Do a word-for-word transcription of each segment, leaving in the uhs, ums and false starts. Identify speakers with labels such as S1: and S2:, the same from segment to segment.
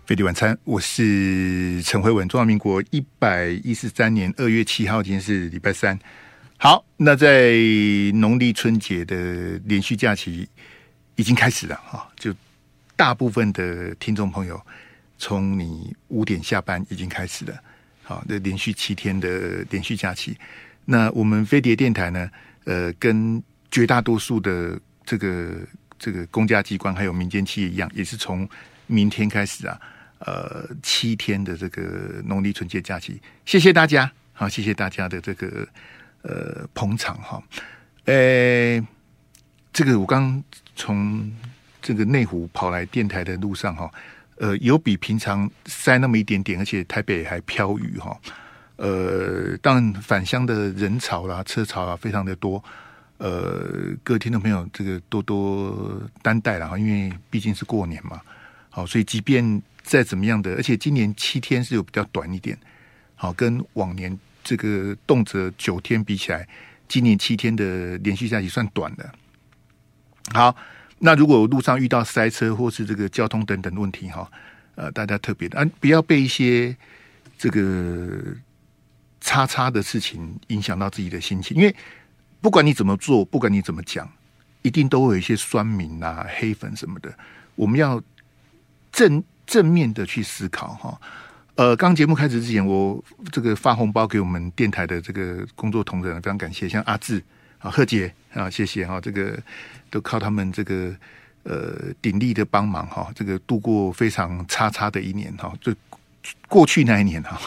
S1: 飞碟晚餐，我是陈慧文。中华民国一百一十三年二月七号，今天是礼拜三。好，那在农历春节的连续假期已经开始了哈，就大部分的听众朋友从你五点下班已经开始了。好，那连续七天的连续假期，那我们飞碟电台呢，呃，跟绝大多数的这个这个公家机关还有民间企业一样，也是从明天开始啊。呃，七天的这个农历春节假期，谢谢大家，好，谢谢大家的这个呃捧场哈。呃，这个我刚从这个内湖跑来电台的路上哈，呃，有比平常塞那么一点点，而且台北还飘雨哈。呃，当然返乡的人潮啦、车潮啊，非常的多。呃，各位听众朋友，这个多多担待啦，因为毕竟是过年嘛。好，所以即便再怎么样的，而且今年七天是有比较短一点，好，跟往年这个动辄九天比起来，今年七天的连续假期算短的。好，那如果路上遇到塞车或是这个交通等等问题哈，呃，大家特别的啊，不要被一些这个叉叉的事情影响到自己的心情，因为不管你怎么做，不管你怎么讲，一定都会有一些酸民啊、黑粉什么的，我们要正正面的去思考哈。呃，刚节目开始之前，我这个发红包给我们电台的这个工作同仁，非常感谢，像阿志啊、贺姐啊，谢谢哈，这个都靠他们这个呃鼎力的帮忙哈，这个度过非常差差的一年哈，就过去那一年哈，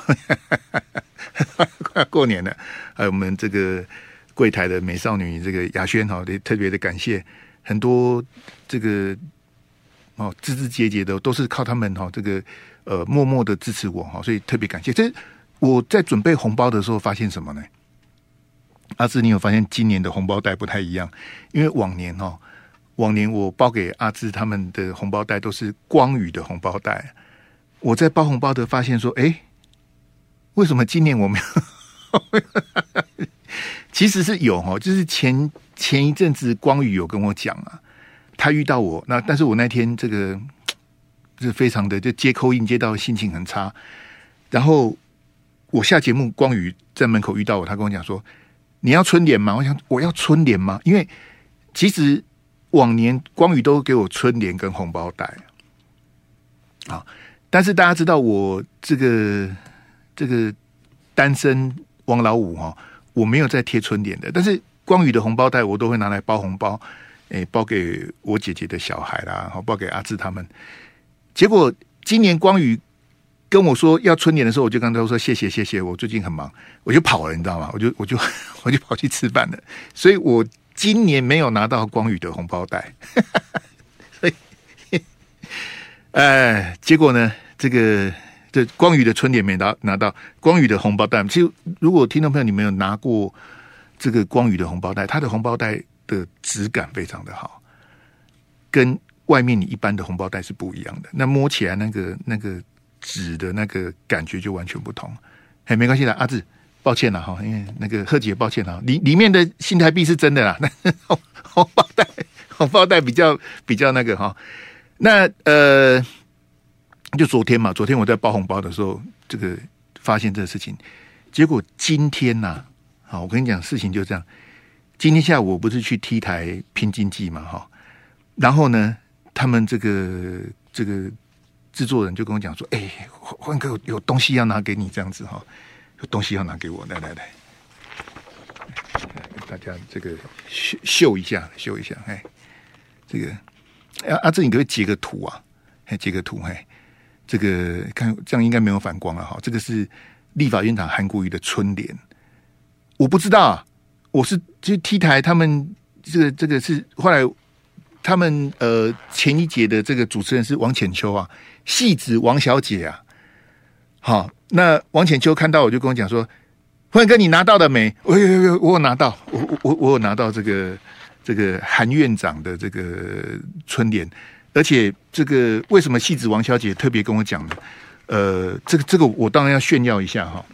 S1: 快过年了，还有我们这个柜台的美少女这个雅轩哈，特别的感谢很多这个。哦，枝枝节节的都是靠他们哈、哦，这个呃默默的支持我哈、哦，所以特别感谢。这我在准备红包的时候发现什么呢？阿志，你有发现今年的红包袋不太一样？因为往年哈、哦，往年我包给阿志他们的红包袋都是光宇的红包袋。我在包红包的发现说，哎，为什么今年我没有？其实是有哈、哦，就是前前一阵子光宇有跟我讲啊。他遇到我，那但是我那天这个是非常的就接扣印接到心情很差，然后我下节目光宇在门口遇到我，他跟我讲说：“你要春联吗？”我想我要春联吗？因为其实往年光宇都给我春联跟红包袋啊，但是大家知道我这个这个单身王老五哈，我没有在贴春联的，但是光宇的红包袋我都会拿来包红包。诶，包给我姐姐的小孩啦，好，包给阿志他们。结果今年光宇跟我说要春联的时候，我就跟他说谢谢谢谢，我最近很忙，我就跑了，你知道吗？我就我就我就跑去吃饭了，所以我今年没有拿到光宇的红包袋。所以，哎，结果呢，这个这光宇的春联没拿拿到，光宇的红包袋，其实如果听众朋友你没有拿过这个光宇的红包袋，他的红包袋的质感非常的好，跟外面你一般的红包袋是不一样的。那摸起来那个那个纸的那个感觉就完全不同。哎，没关系啦，阿志，抱歉啦哈，因为那个贺姐抱歉啦，里里面的新台币是真的啦，那红红包袋红包袋比较比较那个哈。那呃，就昨天嘛，昨天我在包红包的时候，这个发现这个事情，结果今天呐、啊，好，我跟你讲，事情就这样。今天下午我不是去 T 台拼经济嘛哈，然后呢，他们这个这个制作人就跟我讲说，哎、欸，欢哥有东西要拿给你这样子哈，有东西要拿给我，来来来，大家这个秀秀一下，秀一下，哎，这个阿阿志，你可不可以截个图啊？哎，截个图，哎，这个看这样应该没有反光了哈。这个是立法院长韩国瑜的春联，我不知道啊。我是就 T 台他们这个这个是后来他们呃前一节的这个主持人是王浅秋啊，戏子王小姐啊，好，那王浅秋看到我就跟我讲说，辉哥你拿到了没？我有有我有拿到，我我我有拿到这个这个韩院长的这个春联，而且这个为什么戏子王小姐特别跟我讲呢？呃，这个这个我当然要炫耀一下哈。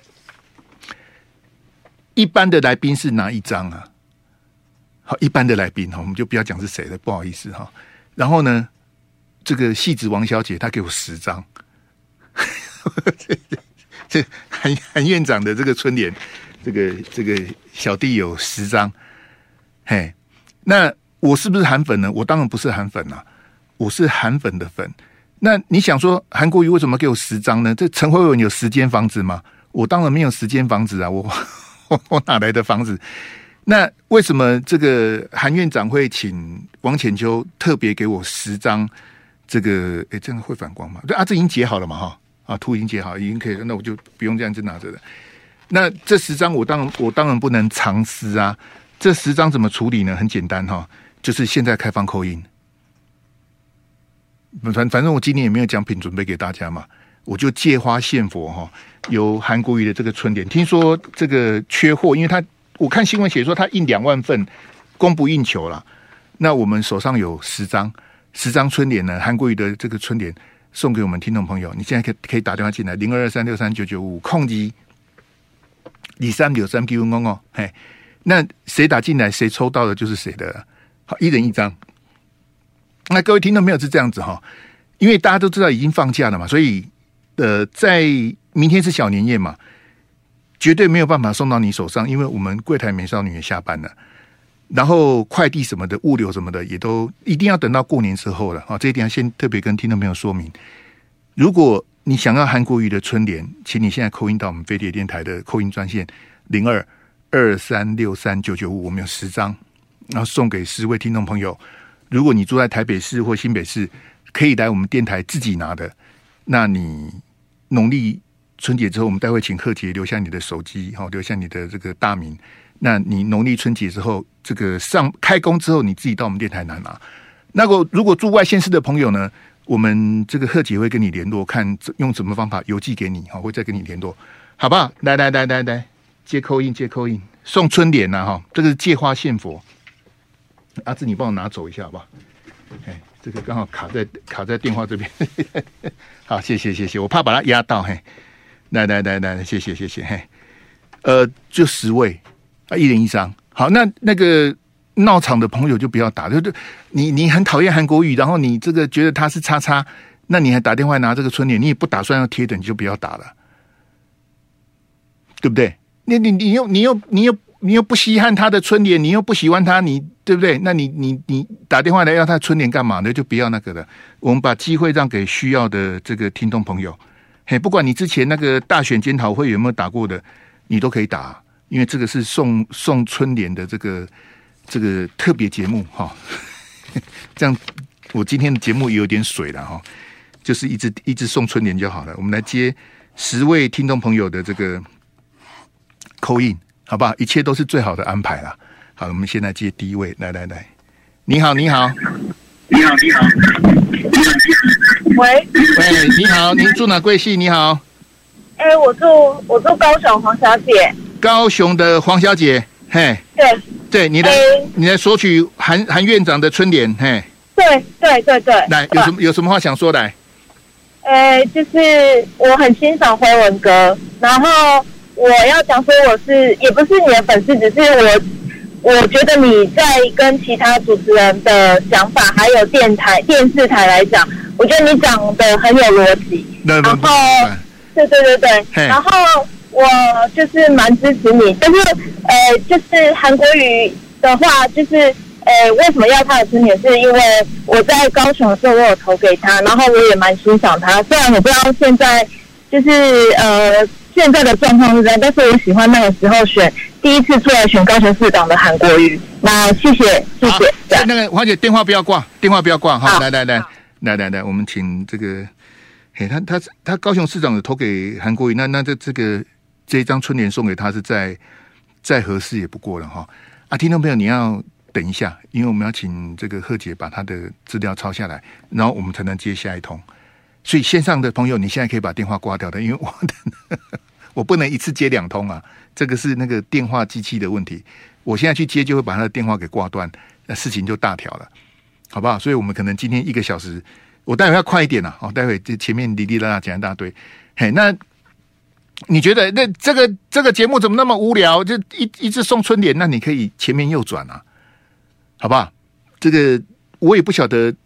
S1: 一般的来宾是拿一张啊，好，一般的来宾哈，我们就不要讲是谁了，不好意思哈。然后呢， 这个戏子王小姐她给我十张，这这韩韩院长的这个春联，这个这个小弟有十张，嘿，那我是不是韩粉呢？我当然不是韩粉啊，我是韩粉的粉。那你想说韩国瑜为什么给我十张呢？这陈慧文有十间房子吗？我当然没有十间房子啊，我我我哪来的房子？那为什么这个韩院长会请王浅秋特别给我十张？这个诶，这样会反光吗？对啊，这已经截好了嘛，哈啊，图已经截好，已经可以了，那我就不用这样子拿着了。那这十张我当然我当然不能藏私啊，这十张怎么处理呢？很简单哈，就是现在开放扣印。反反正我今年也没有奖品准备给大家嘛，我就借花献佛哈。有韩国瑜的这个春联，听说这个缺货，因为他我看新闻写说他印两万份，供不应求啦。那我们手上有十张，十张春联呢，韩国瑜的这个春联送给我们听众朋友。你现在可以可以打电话进来，零二二三六三九九五空机二三六三 Q 公哦，嘿，那谁打进来谁抽到的就是谁的，好，一人一张。那各位听众朋友是这样子哈，因为大家都知道已经放假了嘛，所以呃，在明天是小年夜嘛，绝对没有办法送到你手上，因为我们柜台美少女也下班了，然后快递什么的、物流什么的也都一定要等到过年之后了啊！这一点要先特别跟听众朋友说明。如果你想要韩国瑜的春联，请你现在扣印到我们飞碟电台的扣印专线零二二三六三九九五，我们有十张，然后送给十位听众朋友。如果你住在台北市或新北市，可以来我们电台自己拿的。那你农历春节之后，我们待会请贺杰留下你的手机，好，留下你的这个大名。那你农历春节之后，这个上开工之后，你自己到我们电台来拿。那个如果住外县市的朋友呢，我们这个贺杰会跟你联络，看用什么方法邮寄给你，好，会再跟你联络，好不好？来来来来来，接扣印接扣印，送春联呐，哈，这个是借花献佛。阿志，你帮我拿走一下好不好？哎，这个刚好卡在卡在电话这边。好，谢谢谢谢，我怕把它压到。嘿，来来来来，谢谢谢谢。嘿，呃，就十位啊，一人一张。好，那那个闹场的朋友就不要打，就是你你很讨厌韩国瑜，然后你这个觉得他是叉叉，那你还打电话拿这个春联，你也不打算要贴的，你就不要打了，对不对？你你你又你又你又你又不稀罕他的春联，你又不喜欢他，你对不对？那你你你打电话来要他的春联干嘛呢？就不要那个了。我们把机会让给需要的这个听众朋友。嘿，不管你之前那个大选检讨会有没有打过的，你都可以打，因为这个是送送春联的这个这个特别节目哈。这样，我今天的节目也有点水了哈，就是一直一直送春联就好了。我们来接十位听众朋友的这个call in。好不好？一切都是最好的安排啦。好，我们现在接第一位，来来来，你好，你好，
S2: 你好，你好，喂，
S1: 喂，你好，您住哪贵姓？你好，
S2: 哎、欸，我住我住高雄，黄小姐，
S1: 高雄的黄小姐，嘿，
S2: 对，
S1: 对，你来、欸、你来索取韩韩院长的春联，嘿，
S2: 对对对对，
S1: 来，有什么有什么话想说来？
S2: 呃，就是我很欣赏辉文哥，然后。我要讲说我是也不是你的粉丝，只是我我觉得你在跟其他主持人的想法，还有电台电视台来讲，我觉得你讲的很有逻辑。然后，对对对对，然后我就是蛮支持你，但是呃，就是韩国瑜的话，就是呃，为什么要他的春联？是因为我在高雄的时候，我有投给他，然后我也蛮欣赏他。虽然我不知道现在就是呃。现在的状况是这样，但是我喜欢那个时候选第一次出来选高雄市长的韩国瑜。那谢谢谢谢。
S1: 那个黄姐电话不要挂，电话不要挂哈。来来来来来来，我们请这个，嘿，他他他高雄市长的投给韩国瑜，那那这这个这一张春联送给他是再再合适也不过了哈。啊，听众朋友你要等一下，因为我们要请这个贺姐把他的资料抄下来，然后我们才能接下一通。所以线上的朋友，你现在可以把电话挂掉的，因为我的我不能一次接两通啊，这个是那个电话机器的问题。我现在去接就会把他的电话给挂断，那事情就大条了，好不好？所以我们可能今天一个小时，我待会要快一点啦，哦，待会这前面哩哩啦啦讲一大堆，嘿，那你觉得那这个这个节目怎么那么无聊？就一一直送春联，那你可以前面右转啊，好不好？这个我也不晓得。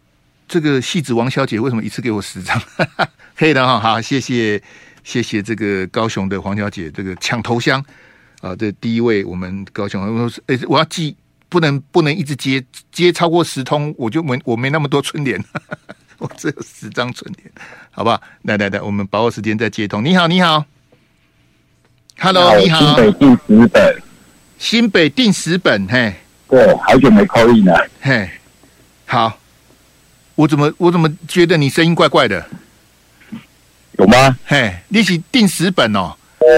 S1: 这个戏子王小姐为什么一次给我十张？可以的哈，好，谢谢谢谢这个高雄的黄小姐，这个抢头香啊，这第一位我们高雄，我说哎，我要记，不能不能一直接接超过十通，我就没我没那么多春联，我只有十张春联，好不好？来来来，我们把握时间再接通。你好，你好 ，Hello， 你好，
S3: 新北定十本，
S1: 新北定十本，嘿，
S3: 对，好久没call in了，
S1: 嘿，好，我怎么我怎么觉得你声音怪怪的？
S3: 有吗？
S1: 嘿，你是定十本哦，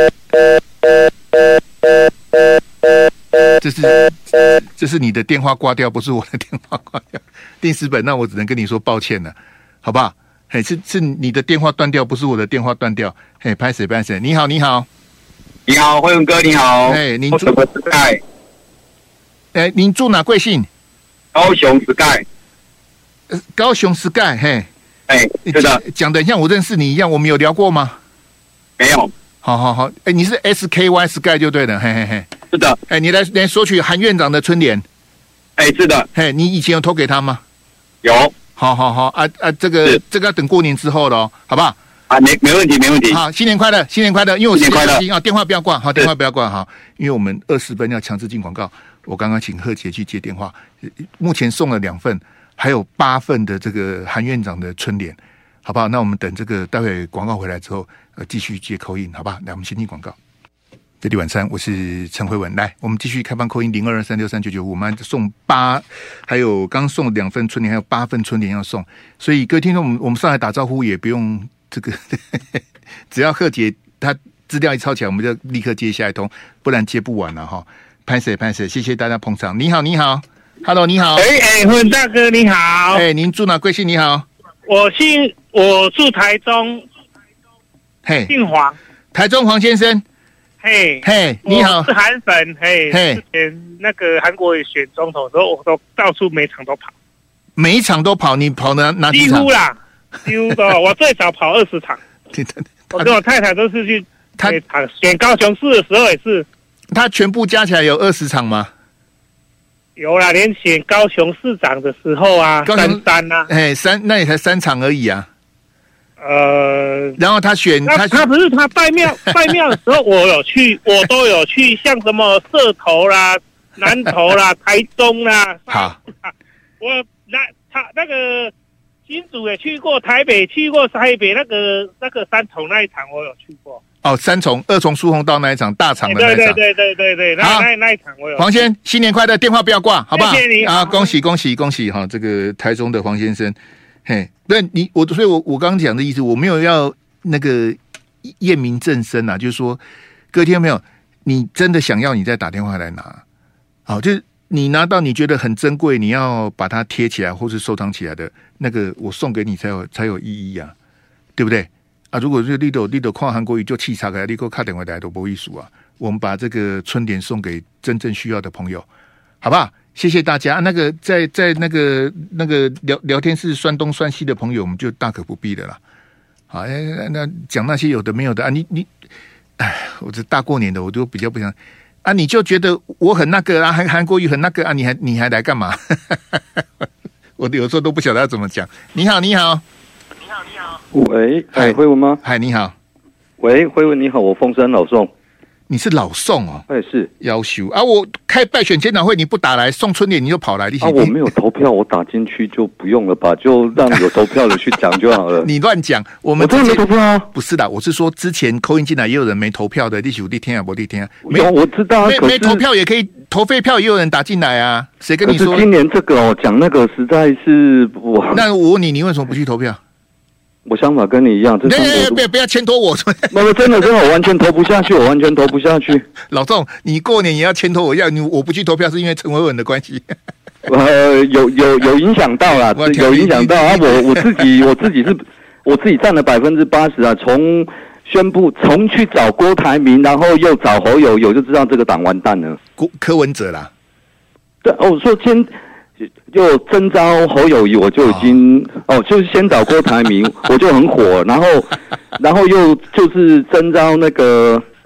S1: 这是这是你的电话挂掉，不是我的电话挂掉。定十本，那我只能跟你说抱歉了，好不好？嘿，是是你的电话断掉，不是我的电话断掉。嘿，拍谁拍谁？你好，你好，
S3: 你好，辉文哥，你好。
S1: 哎，您住
S3: 什么 Sky？
S1: 哎，您住哪贵姓？
S3: 高雄 Sky。
S1: 呃，高雄 Sky， 嘿。
S3: 哎，是的，
S1: 讲的像我认识你一样，我们有聊过吗？
S3: 没有。
S1: 好好好，哎，你是 S K Y Sky 就对了，嘿嘿嘿。
S3: 是的。
S1: 哎，你来来索取韩院长的春联。
S3: 哎，是的。
S1: 嘿，你以前有投给他吗？
S3: 有。
S1: 好好好，啊啊，这个这个要等过年之后了，好不好？
S3: 啊，没没问题，没问题。
S1: 好，新年快乐，新年快乐！因为我
S3: 新年快乐
S1: 啊，电话不要挂，好，电话不要挂，好，因为我们二十分要强制进广告。我刚刚请贺杰去接电话，目前送了两份，还有八份的这个韩院长的春联。好不好？那我们等这个待会广告回来之后，呃，继续接口音，好吧？来，我们先进广告。这里晚餐，我是陈慧文。来，我们继续开放口音零二二三六三九九五，我们送八，还有刚送两份春联，还有八份春联要送。所以各位听众，我们我们上来打招呼也不用这个，只要贺杰他资料一抄起来，我们就立刻接下一通，不然接不完了哈。拍谁拍谁，谢谢大家捧场。你好，你好 ，Hello， 你好。
S4: 哎哎，慧文大哥你好。
S1: 哎，您住哪贵姓？你好。
S4: 我姓，我住台中，
S1: 嘿，
S4: 姓黄，
S1: 台中黄先生，
S4: 嘿，
S1: 嘿，你好，
S4: 我是韩粉，嘿，
S1: 嘿，
S4: 之前那个韩国瑜选总统的时候，我都到处每场都跑，
S1: 每一场都跑，你跑哪哪几
S4: 几
S1: 场？
S4: 乎啦，几乎都，我最少跑二十场，我跟我太太都是去
S1: 他
S4: 场选高雄市的时候也是，
S1: 他全部加起来有二十场吗？
S4: 有啦，连选高雄市长的时候啊，三三啊，
S1: 哎，三那也才三场而已啊。
S4: 呃，
S1: 然后他选
S4: 他他不是他拜庙拜庙的时候，我有去，我都有去，像什么社头啦、南投啦、台中啦，
S1: 好，
S4: 我那他那个新竹也去过，台北去过，台北那个那个三重那一场我有去过。
S1: 哦，三重二重疏洪道那一场大场的那一场，
S4: 对对对对对对，那那那一场我有。
S1: 黄先，新年快乐，电话不要挂，好不好？
S4: 谢谢你
S1: 啊，恭喜恭喜恭喜哈！这个台中的黄先生，嘿，不是你我，所以我我刚刚讲的意思，我没有要那个验明正身啊，就是说，各位听到没有？你真的想要，你再打电话来拿，好，就是你拿到你觉得很珍贵，你要把它贴起来或是收藏起来的那个，我送给你才有才有意义啊，对不对？啊，如果是你都你都看韩国语就气场来，你给我看电话来都不艺术啊。我们把这个春联送给真正需要的朋友，好不好？谢谢大家。啊、那个在在那个那个聊聊天室酸东酸西的朋友，我们就大可不必的啦。好，哎，那讲那些有的没有的啊，你你，哎，我这大过年的，我都比较不想啊。你就觉得我很那个啊，韩韩国语很那个啊，你还你还来干嘛？我有时候都不晓得要怎么讲。你好，你好。
S5: 你好，你好。
S6: 喂，嗨，辉文吗？
S1: 嗨，你好。
S6: 喂，辉文，你好，我凤山老宋。
S1: 你是老宋哦？
S6: 哎，是。
S1: 要求啊，我开败选监察会，你不打来送春联，你就跑来。
S6: 啊，我没有投票，我打进去就不用了吧？就让有投票的去讲就好了。
S1: 你乱讲，我们
S6: 我真的没投票啊！
S1: 不是的，我是说之前扣印进来也有人没投票的，第九第天啊，不第天啊，没
S6: 有我知道啊，
S1: 没没投票也可以投废票，也有人打进来啊。谁跟你说？
S6: 今年这个哦，讲那个实在是我。
S1: 那我问你，你为什么不去投票？
S6: 我想法跟你一样，这
S1: 别别别不要牵拖我！
S6: 那么真的真的，我完全投不下去，我完全投不下去。
S1: 老宋，你过年也要牵拖我，要你我不去投票是因为陈伟文的关系。
S6: 呃，有有有影响到啦，有影响到啊！我我自己我自己是，我自己占了百分之八十啊。从宣布从去找郭台铭，然后又找侯友友，就知道这个党完蛋了。
S1: 郭柯文哲啦，
S6: 对哦，我说先。就征召侯友宜，我就已经 哦, 哦，就是先找郭台铭，我就很火，然后，然后又就是征召那个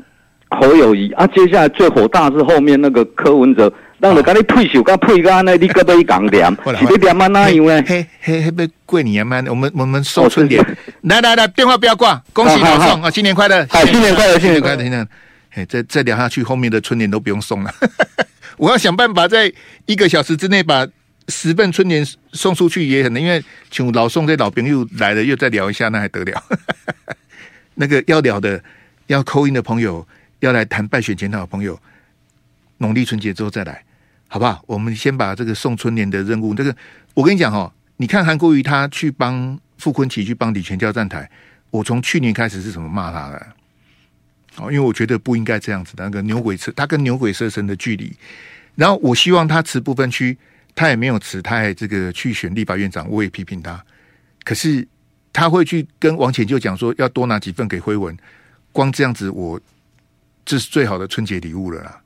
S6: 侯友宜啊，接下来最火大是后面那个柯文哲，让人家你退休，跟退干那，你个被讲点，是你点嘛那样嘞？
S1: 嘿嘿嘿，被过年嘛，我们我们送春联，来来来，电话不要挂，恭喜老宋啊，新年快乐，
S6: 好，新年快乐，新年快乐，
S1: 新年。哎，再再聊下去，后面的春联都不用送了。我要想办法在一个小时之内把十份春联送出去，也很难，因为请老宋这老朋友来了，又再聊一下，那还得了？那个要聊的、要call in的朋友，要来谈败选检讨的朋友，农历春节之后再来，好不好？我们先把这个送春联的任务，这个我跟你讲哦，你看韩国瑜他去帮傅昆萁去帮李全教站台，我从去年开始是怎么骂他的？因为我觉得不应该这样子的，那个牛鬼蛇，他跟牛鬼蛇神的距离。然后我希望他辞不分区，他也没有辞，他还这个去选立法院长，我也批评他。可是他会去跟王浅就讲说要多拿几份给辉文，光这样子我这是最好的春节礼物了啦。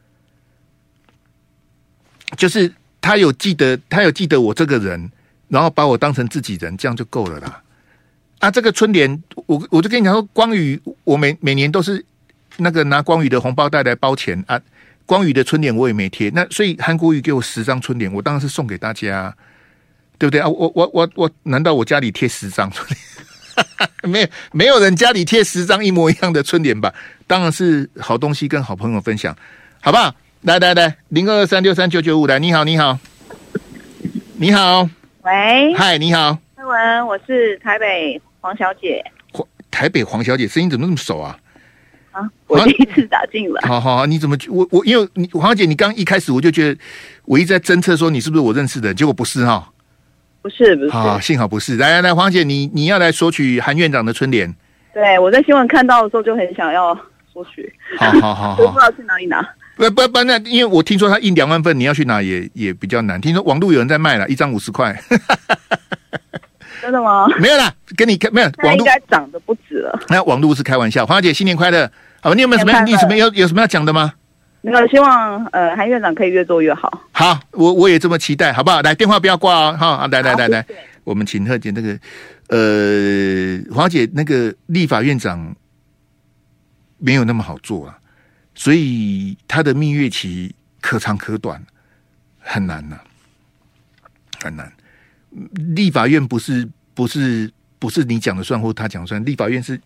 S1: 就是他有记得，他有记得我这个人，然后把我当成自己人，这样就够了啦。啊，这个春联，我我就跟你讲说，光宇，我每每年都是那个拿光宇的红包袋来包钱啊。光宇的春联我也没贴，那所以韩国瑜给我十张春联，我当然是送给大家、啊，对不对啊？我我我我，难道我家里贴十张春联？没有没有人家里贴十张一模一样的春联吧？当然是好东西跟好朋友分享，好不好？来来来，零二二三六三九九五来，你好你好，你好，
S2: 喂，
S1: 嗨，你好，
S2: 慧文，我是台北黄小姐。
S1: 台北黄小姐声音怎么那么熟啊？
S2: 啊，我第一次打进来。
S1: 好好好，你怎么我我因为你黄小姐，你刚一开始我就觉得我一直在侦测说你是不是我认识的，结果不是哈。
S2: 不是不是，
S1: 好，幸好不是。来来来，黄姐，你你要来索取韩院长的春联。
S2: 对，我在新闻看到的时候就很想要索取。
S1: 好好好好，
S2: 不知道去哪里拿。
S1: 不不不，那因为我听说他印两万份，你要去拿也也比较难。听说网络有人在卖了，一张五十块。
S2: 真的吗？
S1: 没有啦，跟你没有网络
S2: 应该涨得不止了。
S1: 那网络是开玩笑。黄姐，新年快乐！好，你有没有什么？你什么有有什么要讲的吗？
S2: 那个希望呃韩院长可以越做越好。
S1: 好，我我也这么期待，好不好？来，电话不要挂哦，哈，来来来来，我们请贺姐那个呃黄姐那个立法院长没有那么好做了，所以他的蜜月期可长可短，很难呐、啊，很难。立法院不是不是不是你讲的算或他讲的算，立法院是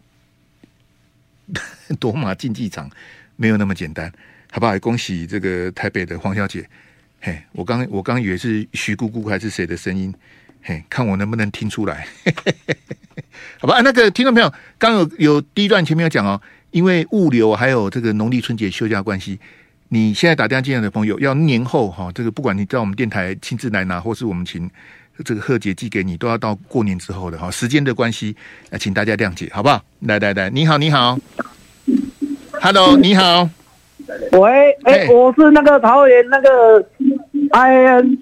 S1: 夺马竞技场，没有那么简单，好不好？恭喜这个台北的黄小姐，嘿，我刚我刚以为是徐姑姑还是谁的声音，嘿，看我能不能听出来，好吧？啊、那个听众朋友，刚有有第一段前面有讲哦，因为物流还有这个农历春节休假关系，你现在打电话进来的朋友，要年后哈，这个不管你在我们电台亲自来拿，或是我们请这个贺姐寄给你，都要到过年之后的哈，时间的关系，请大家谅解，好不好？来来来，你好，你好 ，Hello， 你好，
S5: 喂，哎、欸，我是那个桃园那个 I N，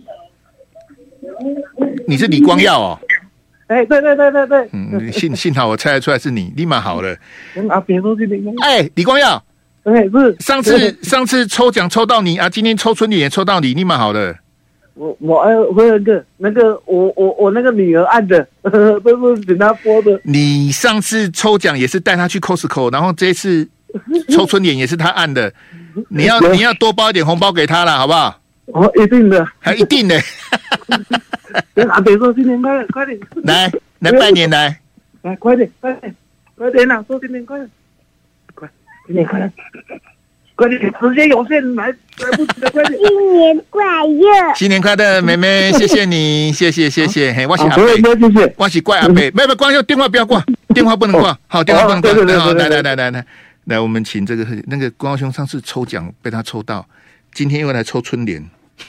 S1: 你是李光耀哦。
S5: 哎、欸，对对对对对，
S1: 嗯，幸幸好我猜得出来是你，立马好了。
S5: 啊，别说是你。
S1: 哎，李光耀，
S5: 对，是
S1: 上次上次抽奖抽到你啊，今天抽春联也抽到你，立马好了。
S5: 我我哎，辉文哥，那个我我我那个女儿按的，都是请她播的。
S1: 你上次抽奖也是带她去 Costco， 然后这一次抽春联也是她按的，你要你要多包一点红包给她了，好不好？
S5: 哦，一定的，
S1: 还一定的。
S5: 啊，别说新年快乐，快点！
S1: 来来拜年来，
S5: 来快点快点快点啦！说新年快乐，快新年快乐！快点，时间有限，来来不及了，快点！
S2: 新年快乐！
S1: 新年快乐，妹妹，谢谢你，谢谢谢谢。嘿，我是阿伯，
S5: 谢谢，
S1: 我是怪阿伯，没有没有关系，电话不要挂，电话不能挂，好，电话不能挂。好，来来来来来，来，我们请这个那个光兄上次抽奖被他抽到，今天又来抽春联。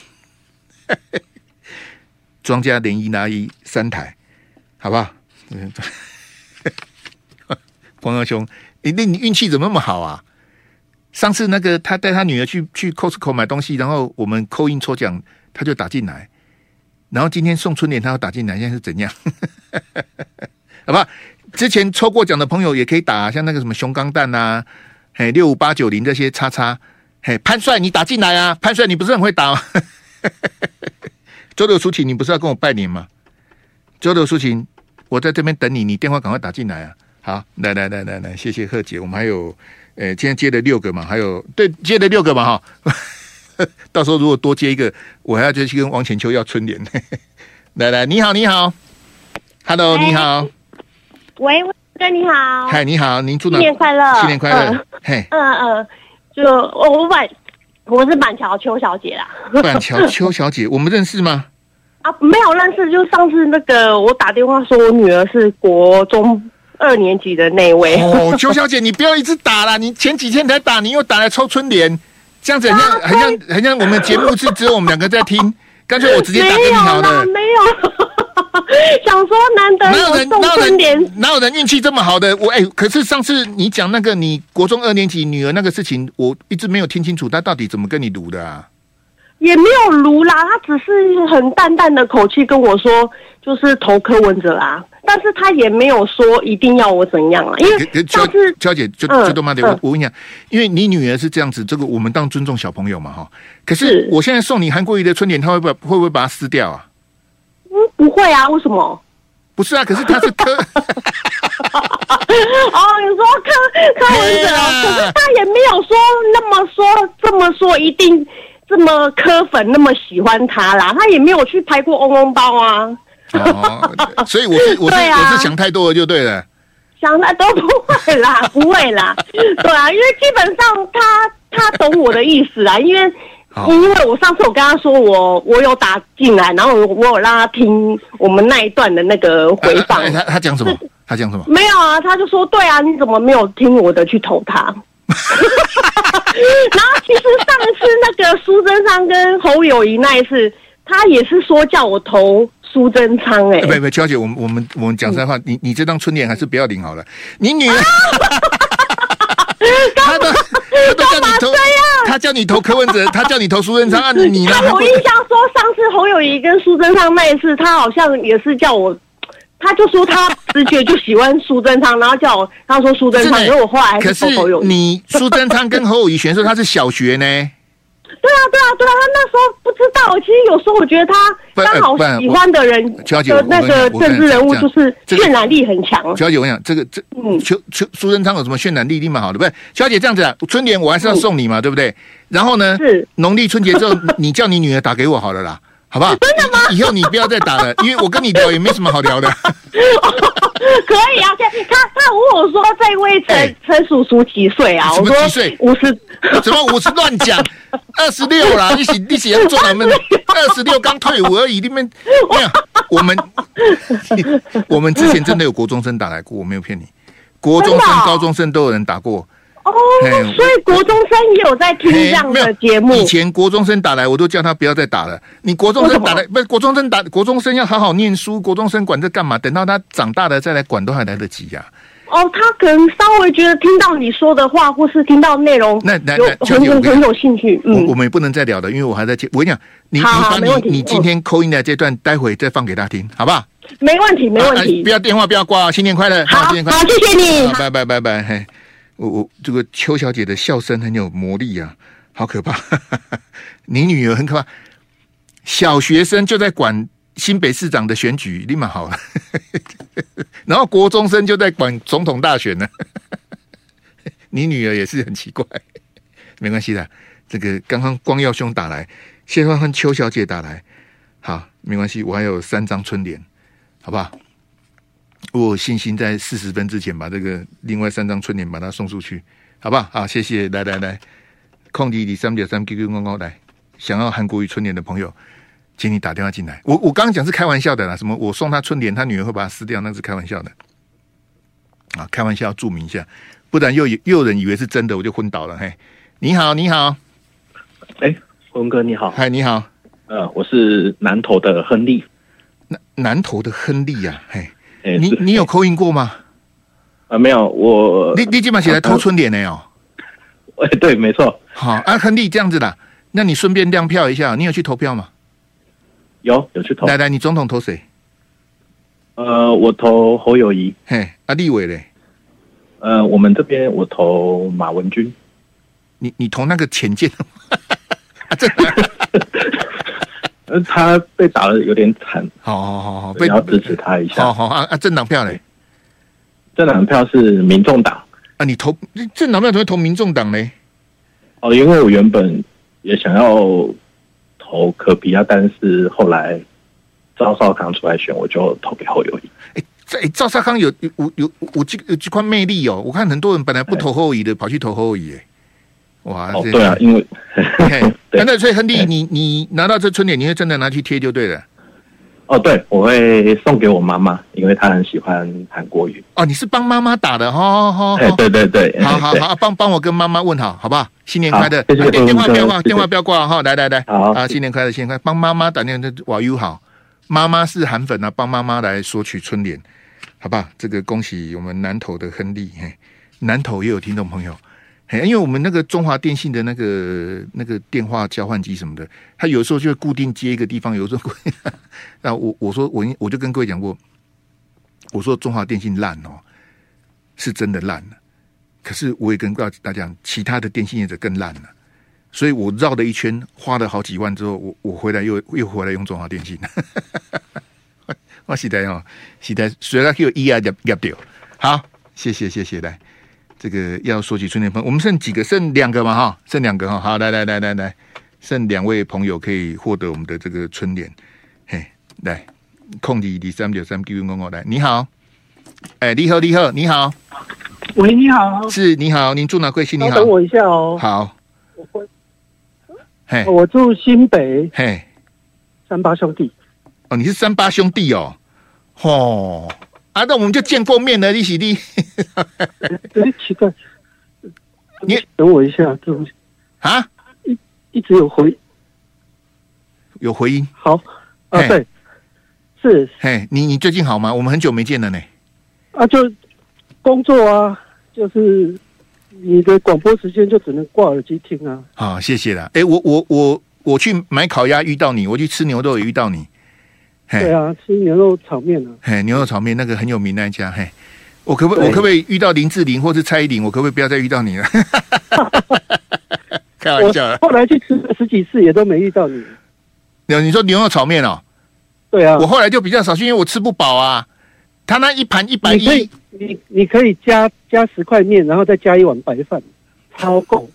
S1: 庄家连一拿一三台，好不好？光耀兄，你那你运气怎么那么好啊？上次那个他带他女儿去去 Costco 买东西，然后我们扣印抽奖，他就打进来，然后今天送春联他要打进来，现在是怎样？好不好？之前抽过奖的朋友也可以打，像那个什么熊钢蛋啊，嘿六五八九零这些叉叉，嘿潘帅你打进来啊，潘帅你不是很会打吗？周六抒情，你不是要跟我拜年吗？周六抒情，我在这边等你，你电话赶快打进来啊！好，来来来来来，谢谢贺姐，我们还有诶，今天接了六个嘛，还有对接了六个嘛哈。到时候如果多接一个，我还要就去跟王浅秋要春联。来来，你好，你好 ，Hello， 你好，
S7: 喂，哥你好，
S1: 嗨，你好，您祝
S7: 新年快乐，
S1: 新年快乐，嗯、嘿，
S7: 嗯嗯，就我我板我是板桥邱小姐啦，
S1: 板桥邱小姐，我们认识吗？
S7: 啊，没有认识，就上次那个我打电话说我女儿是国中二年级的那位。
S1: 哦，邱小姐，你不要一直打啦，你前几天才打，你又打来抽春联。这样子很像，啊、很像，很像我们节目是只有我们两个在听，干脆我直接打给你好了。
S7: 没有，想说难得有送春联，
S1: 哪有人运气这么好的？我哎、欸，可是上次你讲那个你国中二年级女儿那个事情，我一直没有听清楚，她到底怎么跟你读的啊？
S7: 也没有卢啦，她只是很淡淡的口气跟我说，就是投柯文哲啦。但是他也没有说一定要我怎样啊，因为上次
S1: 娇姐就就都妈的，我我跟你讲，因为你女儿是这样子，这个我们当尊重小朋友嘛哈。可是我现在送你韩国瑜的春联，他会不会会不会把它撕掉啊？
S7: 嗯，不会啊，为什么？
S1: 不是啊，可是他是柯。
S7: 哦，你说柯柯文哲，可是他也没有说那么说这么说一定这么柯粉那么喜欢他啦，他也没有去拍过翁翁包啊。
S1: 哦，所以我是我是、啊、我是想太多了就对了，
S7: 想太多不会啦，不会啦，对啊，因为基本上他他懂我的意思啦，因为、哦、因为我上次我跟他说我我有打进来，然后我有让他听我们那一段的那个回放，
S1: 啊、他他讲什么？他讲什么？
S7: 没有啊，他就说对啊，你怎么没有听我的去投他？然后其实上次那个苏贞昌跟侯友宜那一次，他也是说叫我投苏贞昌哎、欸，
S1: 不不，娇姐，我们我们我们讲实在话，嗯、你你这张春联还是不要领好了。你女儿，他都他都叫你投，他叫你投柯文哲，他叫你投苏贞昌啊，你呢？
S7: 我印象说上次侯友宜跟苏贞昌那一次，他好像也是叫我，他就说他直觉就喜欢苏贞昌，然后叫我他说苏贞昌，可是我后来还是投侯友宜。
S1: 可是你苏贞昌跟侯友宜选的时候，他是小学呢。
S7: 对啊，对啊，对啊，他那时候不知道。其实有时候我觉得他刚好喜欢的人的那个政治人物就是渲染力很强。
S1: 小姐，我讲这个这，嗯，苏苏苏贞昌有什么渲染力？立马好的，不是？小姐这样子啊，春联我还是要送你嘛，嗯、对不对？然后呢，是农历春节之后，你叫你女儿打给我好了啦，好不好？
S7: 真的吗？
S1: 以后你不要再打了，因为我跟你聊也没什么好聊的。
S7: 可以啊，他他问我说这位陈陈叔叔几岁啊？
S1: 什么几岁？
S7: 五十？
S1: 什么五十？乱讲，二十六啦！你喜你喜要做我们二十六刚退伍而已，你们没有我们我们之前真的有国中生打来过，我没有骗你，国中生、高中生都有人打过。
S7: 哦，所以国中生也有在听这样的节目。
S1: 以前国中生打来，我都叫他不要再打了。你国中生打来，不是国中生打，国中生要好好念书，国中生管这干嘛？等到他长大了再来管，都还来得及呀、
S7: 啊。哦，他可能稍微觉得听到你说的话，或是听到内容，
S1: 那那
S7: 有很很很有兴趣。嗯，
S1: 我我们也不能再聊的，因为我还在接。我跟你讲，你你把你你今天扣音的这段，待会再放给他听，好不好？
S7: 没问题，没问题。
S1: 啊、不要电话，不要挂，新年快乐！
S7: 好，
S1: 新年快乐，
S7: 好，谢谢你，
S1: 拜拜拜拜。嘿。我我这个邱小姐的笑声很有魔力啊，好可怕！你女儿很可怕，小学生就在管新北市长的选举，立马好了。然后国中生就在管总统大选呢。你女儿也是很奇怪，没关系的。这个刚刚光耀兄打来，谢欢和邱小姐打来，好，没关系，我还有三张春联，好不好？我有信心在四十分之前把这个另外三张春联把它送出去，好不好？好，谢谢。来来来，空地里三点三 Q Q 公告来，想要韩国瑜春联的朋友，请你打电话进来。我我刚刚讲是开玩笑的啦，什么我送他春联，他女儿会把它撕掉，那是开玩笑的。啊，开玩笑要注明一下，不然又又有人以为是真的，我就昏倒了。嘿，你好，你好，
S8: 哎，文哥你好，
S1: 嗨，你好，
S8: 呃，我是南投的亨利，
S1: 南南投的亨利呀、啊，嘿。你你有call in过吗？
S8: 啊，没有，我
S1: 你你今晚起来偷春联呢哦？
S8: 哎，对，没错。
S1: 好啊，亨利这样子啦，那你顺便亮票一下，你有去投票吗？
S8: 有有去投。
S1: 来来，你总统投谁？
S8: 呃，我投侯友宜。
S1: 嘿，啊，立委嘞？
S8: 呃，我们这边我投马文君。
S1: 你你投那个浅见啊？真的？
S8: 呃，他被打得有点惨，
S1: 好好好好，
S8: 要支持他一下。
S1: 好好啊啊，政党票嘞？
S8: 政党票是民众党，
S1: 啊，你投政党票怎么投民众党呢？
S8: 哦，因为我原本也想要投柯 P 啊，但是后来赵少康出来选，我就投给侯友宜。
S1: 哎，在赵少康有有有有有这有这块魅力哦！我看很多人本来不投侯友宜的，跑去投侯友宜，哎，哇！
S8: 哦，对啊，因为
S1: 那所以亨利，你你拿到这春联，你会真的拿去贴就对了。
S8: 哦，对，我会送给我妈妈，因为她很喜欢韩国语。
S1: 哦，你是帮妈妈打的，好好好，
S8: 哎，对对对，
S1: 好好好，帮帮我跟妈妈问好，好不好？新年快乐！
S8: 谢谢，
S1: 电电话不要挂，电话不要挂哈，来来来，
S8: 好
S1: 啊，新年快乐，新年快乐！帮妈妈打电话，哇哟好，妈妈是韩粉啊，帮妈妈来索取春联，好吧？这个恭喜我们南投的亨利，嘿，南投也有听众朋友。嘿，因为我们那个中华电信的那个那个电话交换机什么的，它有时候就会固定接一个地方，有时候那我我说我我就跟各位讲过，我说中华电信烂哦，是真的烂了。可是我也跟大家讲，其他的电信业者更烂了，所以我绕了一圈，花了好几万之后，我我回来又又回来用中华电信。我时代哦，时代虽然有一啊入入掉，好，谢谢谢谢来。这个要说起春联朋友，我们剩几个？剩两个嘛，哈，剩两个哈。好，来来来来来，剩两位朋友可以获得我们的这个春联。嘿，来，空二二三九三九五五来，你好，哎，你好，你好，你好，
S5: 喂，你好，
S1: 是你好，您住哪贵姓？你好，
S5: 等我一下哦。
S1: 好，
S5: 我
S1: 嘿，
S5: 我住新北，
S1: 嘿，
S5: 三八兄弟。
S1: 哦，你是三八兄弟哦，吼。啊，那我们就见过面了，你喜弟。
S5: 哎，奇怪，
S1: 你
S5: 等我一下，对不起
S1: 啊，
S5: 一一直有回
S1: 有回音。
S5: 好啊，对，是。
S1: 嘿，你你最近好吗？我们很久没见了呢。
S5: 啊，就工作啊，就是你的广播时间就只能挂耳机听啊。
S1: 好，谢谢啦。哎，我我我我去买烤鸭遇到你，我去吃牛肉也遇到你。
S5: 对啊，吃牛肉炒面啊。
S1: 嘿，牛肉炒面那个很有名那一家。嘿，我可不我可不可以遇到林志玲或是蔡依林？我可不可以不要再遇到你了？开玩笑了。
S5: 后来去吃十几次也都没遇到你。
S1: 有你说牛肉炒面哦？
S5: 对啊。
S1: 我后来就比较少去，因为我吃不饱啊。他那一盘一百一，
S5: 你你可以加加十块面，然后再加一碗白饭，超够。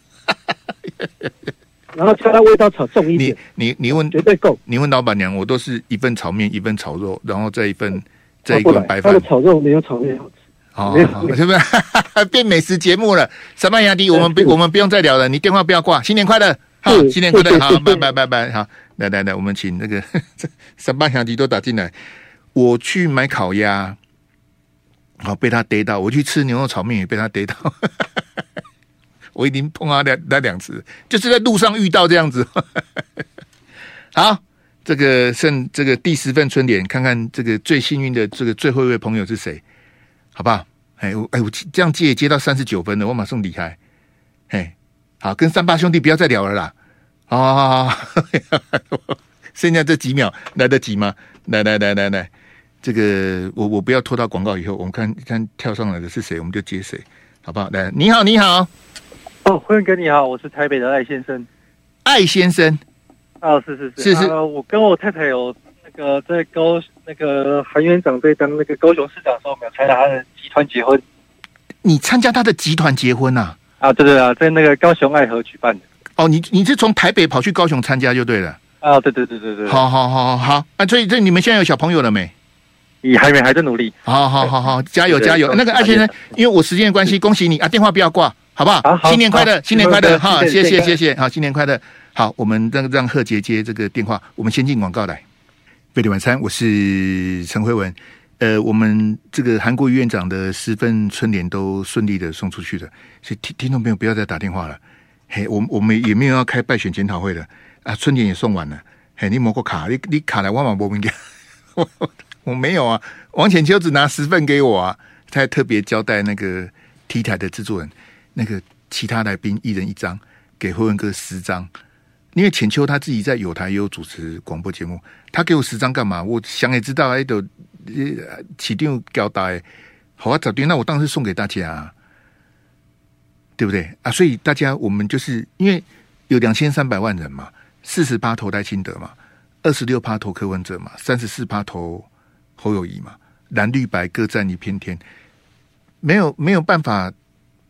S5: 然后加它味道炒重一点，
S1: 你你你问
S5: 绝对够。
S1: 你问老板娘，我都是一份炒面，一份炒肉，然后再一份再一份白饭。
S5: 他的炒肉没有炒面好吃。
S1: 哦，是不是变美食节目了？三班牙迪，我们不我们不用再聊了，你电话不要挂。新年快乐，好，新年快乐，好，拜拜拜拜，好，来来来，我们请那个三班牙迪都打进来。我去买烤鸭，好被他逮到；我去吃牛肉炒面也被他逮到。我已经碰到那那两次，就是在路上遇到这样子。好，这个剩这个第十份春联，看看这个最幸运的这个最后一位朋友是谁，好不好？哎，我哎，我这样接也接到三十九分了，我马上离开。哎，好，跟三八兄弟不要再聊了啦。好好好好，剩下这几秒来得及吗？来来来来来，这个我我不要拖到广告以后，我们看看跳上来的是谁，我们就接谁，好不好？来，你好，你好。
S9: 哦，辉文哥你好，我是台北的艾先生。
S1: 艾先生，
S9: 哦，是是
S1: 是是是、
S9: 呃，我跟我太太有那个在高那个韩院长在当那个高雄市长的时候，我们有参加他的集团结婚。
S1: 你参加他的集团结婚啊？
S9: 啊，对对啊，在那个高雄爱河举办的。
S1: 哦，你你是从台北跑去高雄参加就对了。
S9: 啊，对对对对对。
S1: 好好好好好啊！所以这你们现在有小朋友了没？
S9: 你还没，还在努力。
S1: 好好好好，加油加油！那个艾先生，因为我时间的关系，恭喜你啊！电话不要挂。好不好？好好新年快乐，新年快乐！哈，谢谢谢谢，好，新年快乐！好，我们让让贺杰接这个电话，我们先进广告来。贝里晚餐，我是陈辉文。呃，我们这个韩国瑜院长的十份春联都顺利的送出去的，所以听听众朋友不要再打电话了。嘿，我我们也没有要开败选检讨会的啊，春联也送完了。嘿，你摸过卡，你你卡来万万不明给，我我没有啊。王浅秋只拿十份给我啊，他还特别交代那个 T 台的制作人。那个其他来宾一人一张，给辉文哥十张，因为浅秋他自己在友台也有主持广播节目，他给我十张干嘛？我想也知道，哎，都起定交代，好啊，早点，那我当然是送给大家、啊，对不对啊？所以大家我们就是因为有两千三百万人嘛，四十趴投赖清德嘛，二十六趴投柯文哲嘛，三十四趴投侯友宜嘛，蓝绿白各占一片天，没有没有办法。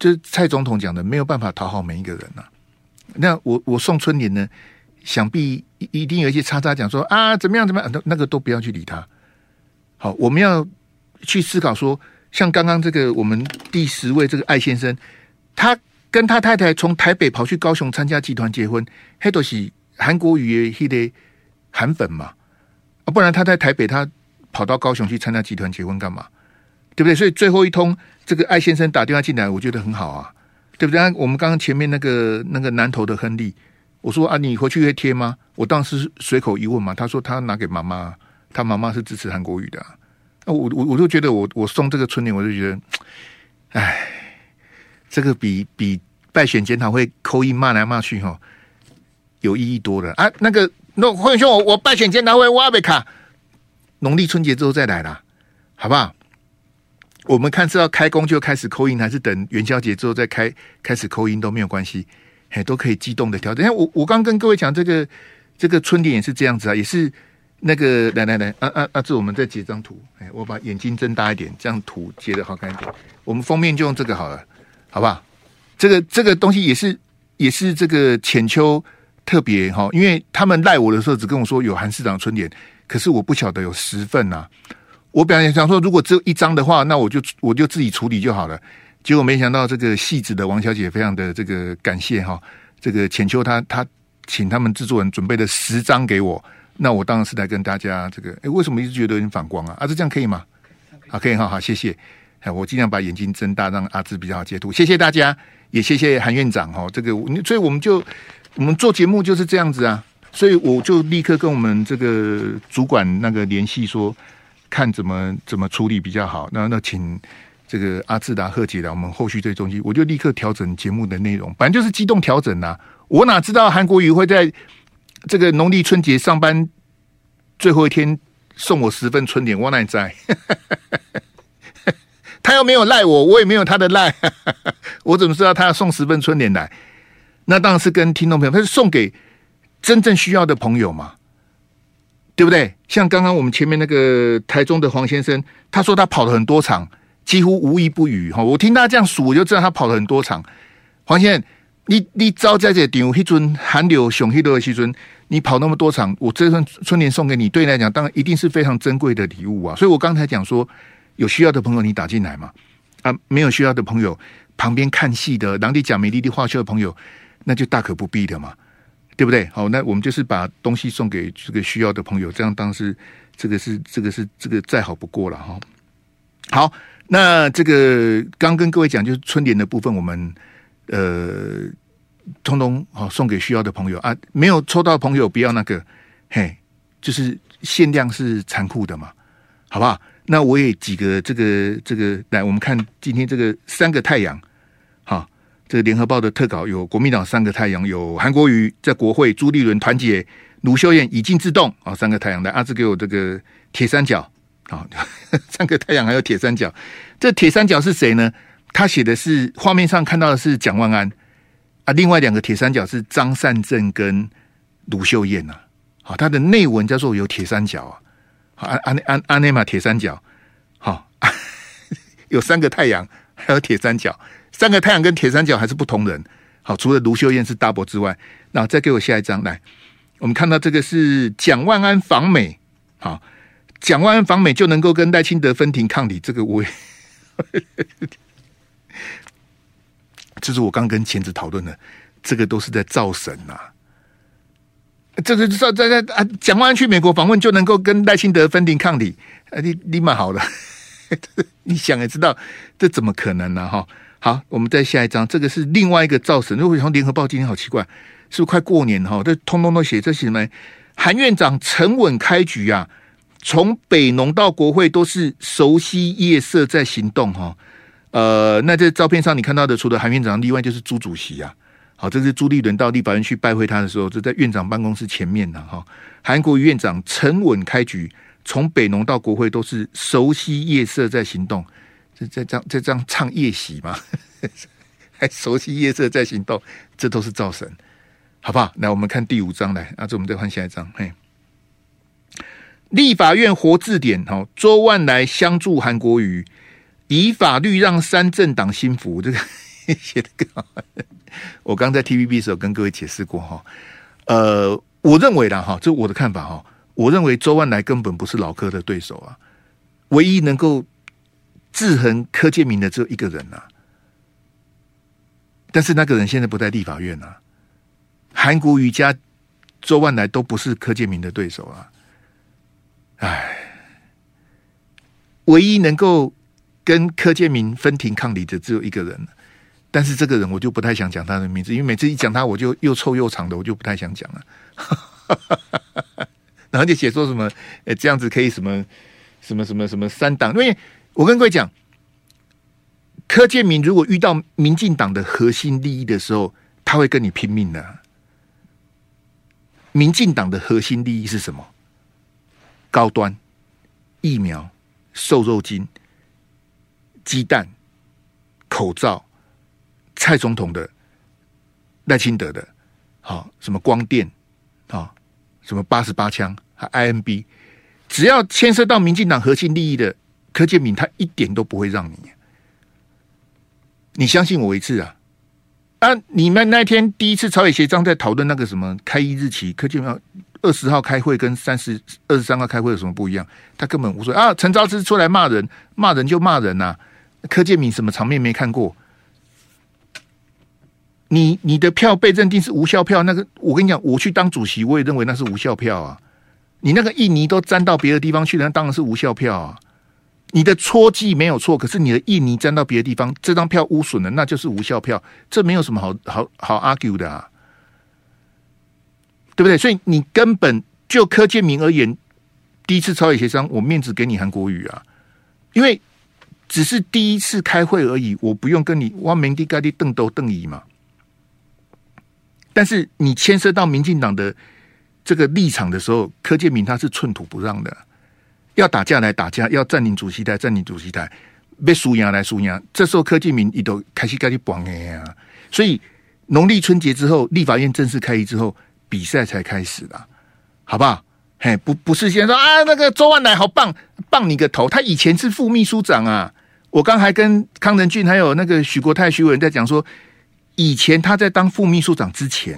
S1: 就是蔡总统讲的，没有办法讨好每一个人啊。那我我送春联呢，想必一定有一些叉叉讲说啊怎么样怎么样，那那个都不要去理他。好，我们要去思考说，像刚刚这个我们第十位这个艾先生，他跟他太太从台北跑去高雄参加集团结婚，那都是韩国瑜的那个韩粉嘛，啊，不然他在台北他跑到高雄去参加集团结婚干嘛？对不对？所以最后一通这个艾先生打电话进来，我觉得很好啊。对不对？我们刚刚前面那个那个南投的亨利，我说啊，你回去会贴吗？我当时随口一问嘛，他说他拿给妈妈，他妈妈是支持韩国瑜的、啊。我我我就觉得我我送这个春联，我就觉得，哎，这个比比败选检讨会扣一骂来骂去哈、哦，有意义多了啊。那个那慧兄，我我败选检讨会我被卡，农历春节之后再来啦，好不好？我们看是要开工就开始扣音，还是等元宵节之后再开开始扣音都没有关系，嘿，都可以机动的调整。我我刚跟各位讲，这个这个春联也是这样子啊，也是那个来来来，啊啊啊！这我们再截张图，哎，我把眼睛睁大一点，这样图截的好看一点。我们封面就用这个好了，好不好？这个这个东西也是也是这个浅秋特别哈，因为他们赖我的时候只跟我说有韩市长春联，可是我不晓得有十份呐、啊。我本来想说，如果只有一张的话，那我就我就自己处理就好了。结果没想到这个戏子的王小姐非常的这个感谢哈，这个浅秋她她请他们制作人准备了十张给我，那我当然是来跟大家这个，哎，为什么一直觉得有点反光啊？啊，这这样可以吗？好，可以，好好，谢谢。哎，我尽量把眼睛睁大，让阿芝比较好截图。谢谢大家，也谢谢韩院长哈。这个，所以我们就我们做节目就是这样子啊，所以我就立刻跟我们这个主管那个联系说。看怎么怎么处理比较好，那那请这个阿志达贺姐来，我们后续这东西，我就立刻调整节目的内容，反正就是机动调整啊。我哪知道韩国瑜会在这个农历春节上班最后一天送我十份春联，我哪在？他又没有赖我，我也没有他的赖，我怎么知道他要送十份春联来？那当然是跟听众朋友，他是送给真正需要的朋友嘛。对不对？像刚刚我们前面那个台中的黄先生，他说他跑了很多场，几乎无一不语哈。我听他这样数，我就知道他跑了很多场。黄先生，你你早在这场迄阵寒流熊迄的时阵，你跑那么多场，我这份春联送给你，对你来讲当然一定是非常珍贵的礼物啊。所以我刚才讲说，有需要的朋友你打进来嘛，啊，没有需要的朋友，旁边看戏的、郎地讲美丽的画秀的朋友，那就大可不必的嘛。对不对？好，那我们就是把东西送给这个需要的朋友，这样当是这个是这个是这个再好不过了哈。好，那这个刚跟各位讲，就是春联的部分，我们呃通通好送给需要的朋友啊，没有抽到的朋友不要那个，嘿，就是限量是残酷的嘛，好不好？那我也几个这个这个来，我们看今天这个三个太阳，好。这个联合报的特稿有国民党三个太阳，有韩国瑜在国会，朱立伦团结，卢秀燕以静制动啊、哦，三个太阳来，阿志给我这个铁三角啊、哦，三个太阳还有铁三角，这铁三角是谁呢？他写的是画面上看到的是蒋万安啊，另外两个铁三角是张善政跟卢秀燕呐、啊，好，他的内文叫做有铁三角啊，好，安安安安内玛铁三角，好、哦，有三个太阳，还有铁三角。三个太阳跟铁三角还是不同人，好，除了卢秀燕是 double 之外，那再给我下一张来，我们看到这个是蒋万安访美，好，蒋万安访美就能够跟赖清德分庭抗礼，这个我也，这是我刚跟前子讨论的，这个都是在造神呐、啊，这个在在在啊，蒋万安去美国访问就能够跟赖清德分庭抗礼，啊，你你蛮好了，你想也知道，这怎么可能呢、啊？哈。好，我们再下一张，这个是另外一个造神。如果从联合报今天好奇怪，是不是快过年哈？这通通都写这些什么？韩院长沉稳开局啊，从北农到国会都是熟悉夜色在行动哈。呃，那这照片上你看到的，除了韩院长，另外就是朱主席啊。好，这是朱立伦到立法院去拜会他的时候，这在院长办公室前面呢哈。韩国瑜院长沉稳开局，从北农到国会都是熟悉夜色在行动。这这样这样唱夜袭嘛，还熟悉夜色在行动，这都是造神，好不好？来，我们看第五章来，啊，这我们再换下一章。嘿，立法院活字典，好，周万来相助韩国瑜，以法律让三政党心服。这个写的更好。我刚在 T V B 的时候跟各位解释过哈，呃，我认为啦哈，这我的看法哈，我认为周万来根本不是老柯的对手啊，唯一能够制衡柯建铭的只有一个人啊，但是那个人现在不在立法院啊，韩国瑜加周万来都不是柯建铭的对手啊，唉，唯一能够跟柯建铭分庭抗礼的只有一个人。但是这个人我就不太想讲他的名字，因为每次一讲他我就又臭又长的，我就不太想讲了。然后就写说什么，呃，这样子可以什么什么什么什么三党，因为我跟各位讲，柯建铭如果遇到民进党的核心利益的时候，他会跟你拼命的。民进党的核心利益是什么？高端、疫苗、瘦肉精、鸡蛋、口罩。蔡总统的、赖清德的，好什么光电，好什么八十八枪，还 I M B， 只要牵涉到民进党核心利益的柯建铭，他一点都不会让你。你相信我一次啊！啊，你们那天第一次朝野协商在讨论那个什么开议日期，柯建铭二十号开会跟三十二十三号开会有什么不一样？他根本无所谓啊！陈昭之出来骂人，骂人就骂人呐、啊！柯建铭什么场面没看过？你你的票被认定是无效票，那个我跟你讲，我去当主席，我也认为那是无效票啊。你那个印泥都沾到别的地方去了，那当然是无效票啊。你的戳记没有错，可是你的印泥沾到别的地方，这张票污损了，那就是无效票，这没有什么好好好 argue 的啊，对不对？所以你根本就柯建铭而言，第一次朝野协商，我面子给你韩国瑜啊，因为只是第一次开会而已，我不用跟你挖明地盖地瞪斗瞪椅嘛。但是你牵涉到民进党的这个立场的时候，柯建铭他是寸土不让的，要打架来打架，要占领主席台占领主席台，被输赢来输赢。这时候柯建铭一都开始开始绑哎啊，所以农历春节之后，立法院正式开议之后，比赛才开始啦，好不好？嘿，不不是先说啊，那个周万来好棒，棒你个头！他以前是副秘书长啊，我刚还跟康仁俊还有那个许国泰、许委员在讲说。以前他在当副秘书长之前，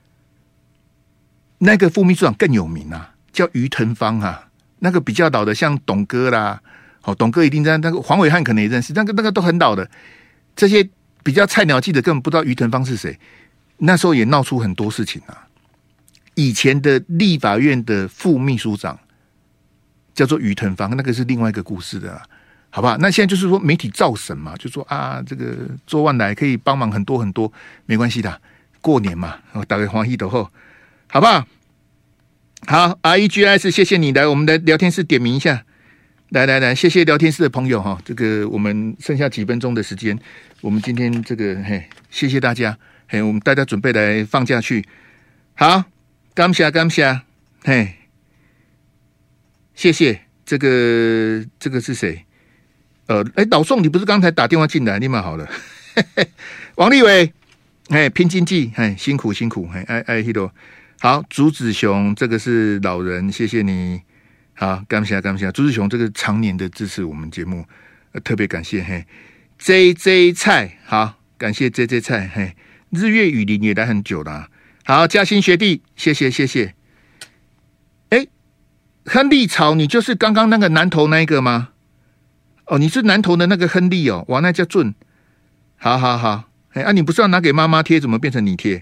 S1: 那个副秘书长更有名啊，叫于腾芳啊。那个比较老的，像董哥啦，好，董哥一定在那个黄伟汉可能也认识，那个那个都很老的。这些比较菜鸟记者根本不知道于腾芳是谁，那时候也闹出很多事情啊。以前的立法院的副秘书长叫做于腾芳，那个是另外一个故事的啊。好吧，那现在就是说媒体造神嘛，就说啊，这个周万来可以帮忙很多很多，没关系的，过年嘛，我打给黄一斗后，好不好？好 ，R E G S， 谢谢你来我们的聊天室点名一下，来来来，谢谢聊天室的朋友哈，这个我们剩下几分钟的时间，我们今天这个嘿，谢谢大家，嘿，我们大家准备来放假去，好，感谢感谢，嘿，谢谢，这个这个是谁？呃，哎，老宋，你不是刚才打电话进来，你蛮好的。王立伟，哎，拼经济，哎，辛苦辛苦，哎哎哎 ，Hito， 好，朱子雄，这个是老人，谢谢你，好，感谢感谢，朱子雄这个常年的支持我们节目，呃、特别感谢，嘿 ，J J 蔡，好，感谢 J J 蔡，嘿，日月雨林也来很久了、啊，好，嘉欣学弟，谢谢谢谢，哎，亨利草，你就是刚刚那个南投那一个吗？哦，你是南投的那个亨利哦，哇，那叫俊，好好好，哎啊，你不是要拿给妈妈贴，怎么变成你贴？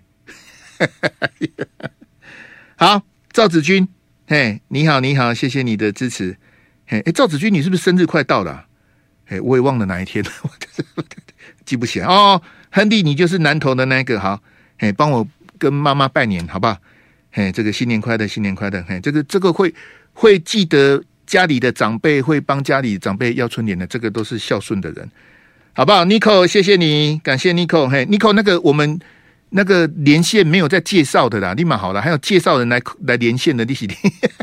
S1: 好，赵子君，嘿，你好，你好，谢谢你的支持。嘿，哎，赵子君，你是不是生日快到了、啊？哎，我也忘了哪一天了，记不起来哦。亨利，你就是南投的那个，好，嘿，帮我跟妈妈拜年，好不好？嘿，这个新年快乐，新年快乐，嘿，这个这个会会记得。家里的长辈会帮家里长辈要春联的，这个都是孝顺的人，好不好 ？Nico， 谢谢你，感谢 Nico。嘿 ，Nico， 那个我们那个连线没有在介绍的啦，立马好了，还有介绍人来来连线的，利息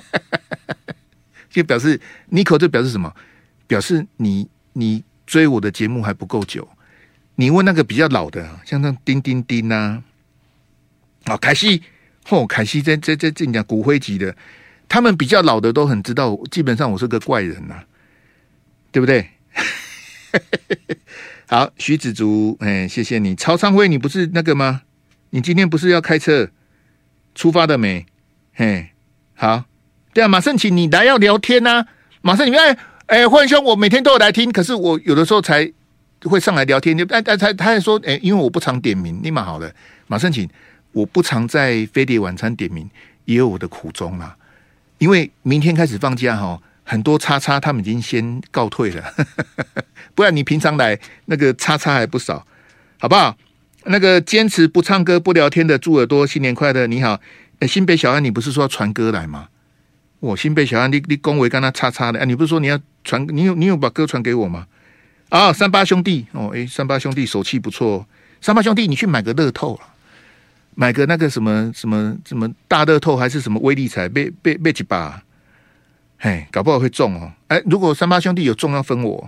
S1: 就表示 Nico 这表示什么？表示你你追我的节目还不够久。你问那个比较老的，像那叮叮叮啊，啊，凯西，哦，凯西在在在这讲骨灰级的。他们比较老的都很知道，基本上我是个怪人呐、啊，对不对？ 好，徐子竹，哎，谢谢你。曹昌辉，你不是那个吗？你今天不是要开车出发的没？嘿，好，对啊，马胜请你来要聊天啊。马胜，你哎哎，焕兄，我每天都有来听，可是我有的时候才会上来聊天。哎哎，他他还说，哎，因为我不常点名，你蛮好的。马胜请，我不常在飞碟晚餐点名，也有我的苦衷啦。因为明天开始放假哈，很多叉叉他们已经先告退了，不然你平常来那个叉叉还不少，好不好？那个坚持不唱歌不聊天的猪耳朵，新年快乐！你好，欸、新北小安，你不是说要传歌来吗？我新北小安，你你恭维跟他叉叉的、啊，你不是说你要传？你有你有把歌传给我吗？啊，三八兄弟哦，哎，三八兄弟手气不错、哦，三八兄弟，你去买个乐透了，买个那个什么什么什么大乐透还是什么威力彩，被被被几把，嘿，搞不好会中哦。哎，如果三八兄弟有中，要分我。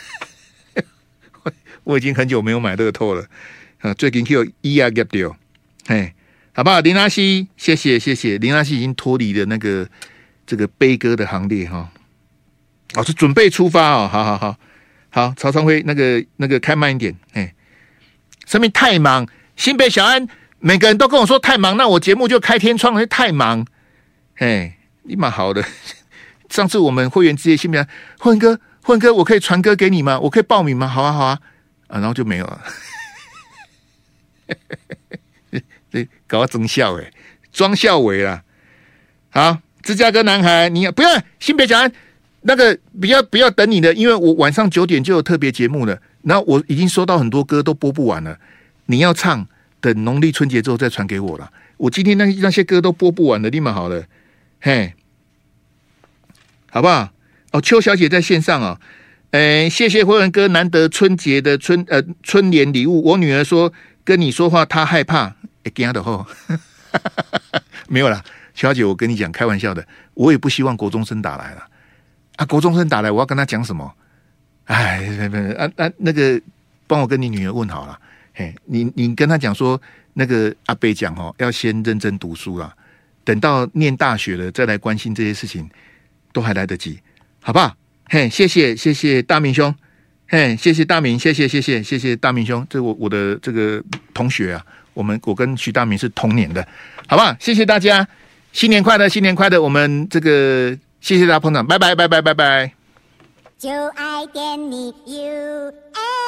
S1: 我已经很久没有买乐透了。啊，最近有一啊 get 掉，嘿，好不好？林阿西，谢谢谢谢，林阿西已经脱离了那个这个悲歌的行列哈，哦，是准备出发哦，好好好好，曹昌辉那个那个开慢一点，哎，生命太忙，新北小安每个人都跟我说太忙，那我节目就开天窗了，太忙，哎，你蛮好的，上次我们会员之夜新北混哥混哥，我可以传歌给你吗？我可以报名吗？好啊好啊，啊，然后就没有了。这搞到真笑哎，装笑伟啦。好，芝加哥男孩，你不要新北小安那个不要不要等你的，因为我晚上九点就有特别节目了。然后我已经收到很多歌都播不完了，你要唱，等农历春节之后再传给我了。我今天那那些歌都播不完了，立马好了，嘿，好不好？哦，邱小姐在线上哦。哎，谢谢辉文哥难得春节的春呃春联礼物。我女儿说跟你说话她害怕，哎，惊的吼，没有啦，小姐，我跟你讲，开玩笑的，我也不希望国中生打来了啊，国中生打来，我要跟他讲什么？哎，啊啊，那个帮我跟你女儿问好了，嘿，你你跟他讲说，那个阿伯讲哦，要先认真读书啦，等到念大学了再来关心这些事情，都还来得及，好不好？嘿，谢谢谢谢大明兄，嘿，谢谢大明，谢谢谢谢谢谢大明兄，这我我的这个同学啊，我们我跟徐大明是同年的，好不好？谢谢大家，新年快乐，新年快乐！我们这个谢谢大家捧场，拜拜拜拜拜拜。就爱点你 U F